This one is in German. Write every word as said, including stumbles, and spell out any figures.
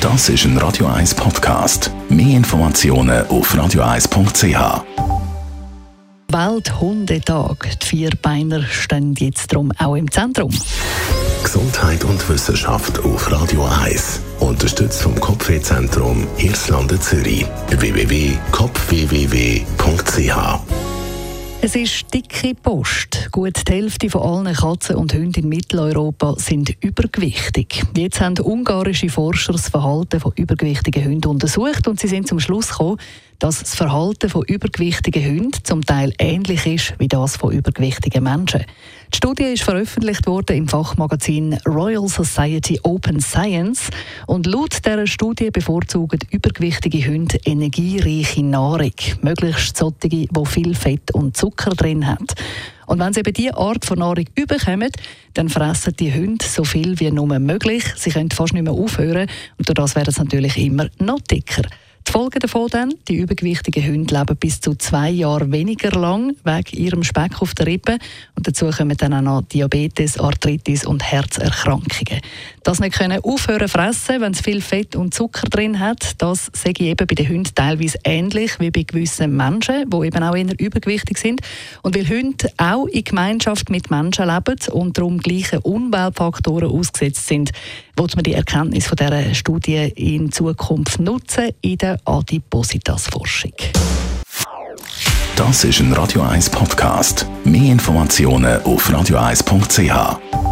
Das ist ein Radio eins Podcast. Mehr Informationen auf radio eins punkt c h. Welthundetag. Die Vierbeiner stehen jetzt drum auch im Zentrum. Gesundheit und Wissenschaft auf Radio eins. Unterstützt vom Kopfwehzentrum Irlande Zürich. w w w punkt kopf w w w punkt c h. Es ist dicke Post. Gut die Hälfte von allen Katzen und Hunden in Mitteleuropa sind übergewichtig. Jetzt haben ungarische Forscher das Verhalten von übergewichtigen Hunden untersucht und sie sind zum Schluss gekommen, dass das Verhalten von übergewichtigen Hunden zum Teil ähnlich ist wie das von übergewichtigen Menschen. Die Studie ist veröffentlicht worden im Fachmagazin Royal Society Open Science und laut dieser Studie bevorzugen übergewichtige Hunde energiereiche Nahrung, möglichst solche, die viel Fett und Zucker drin haben. Und wenn sie eben diese Art von Nahrung überkommen, dann fressen die Hunde so viel wie nur möglich. Sie können fast nicht mehr aufhören und durch das werden sie natürlich immer noch dicker. Die Folgen davon dann, die übergewichtigen Hunde leben bis zu zwei Jahre weniger lang wegen ihrem Speck auf der Rippe. Und dazu kommen dann auch noch Diabetes, Arthritis und Herzerkrankungen. Das nicht können aufhören fressen, wenn es viel Fett und Zucker drin hat, das sage ich eben bei den Hunden teilweise ähnlich wie bei gewissen Menschen, die eben auch eher übergewichtig sind. Und weil Hunde auch in Gemeinschaft mit Menschen leben und darum gleichen Umweltfaktoren ausgesetzt sind, will man die Erkenntnis von dieser Studie in Zukunft nutzen in der Adipositas-Forschung. Das ist ein Radio eins Podcast. Mehr Informationen auf radio eins punkt c h.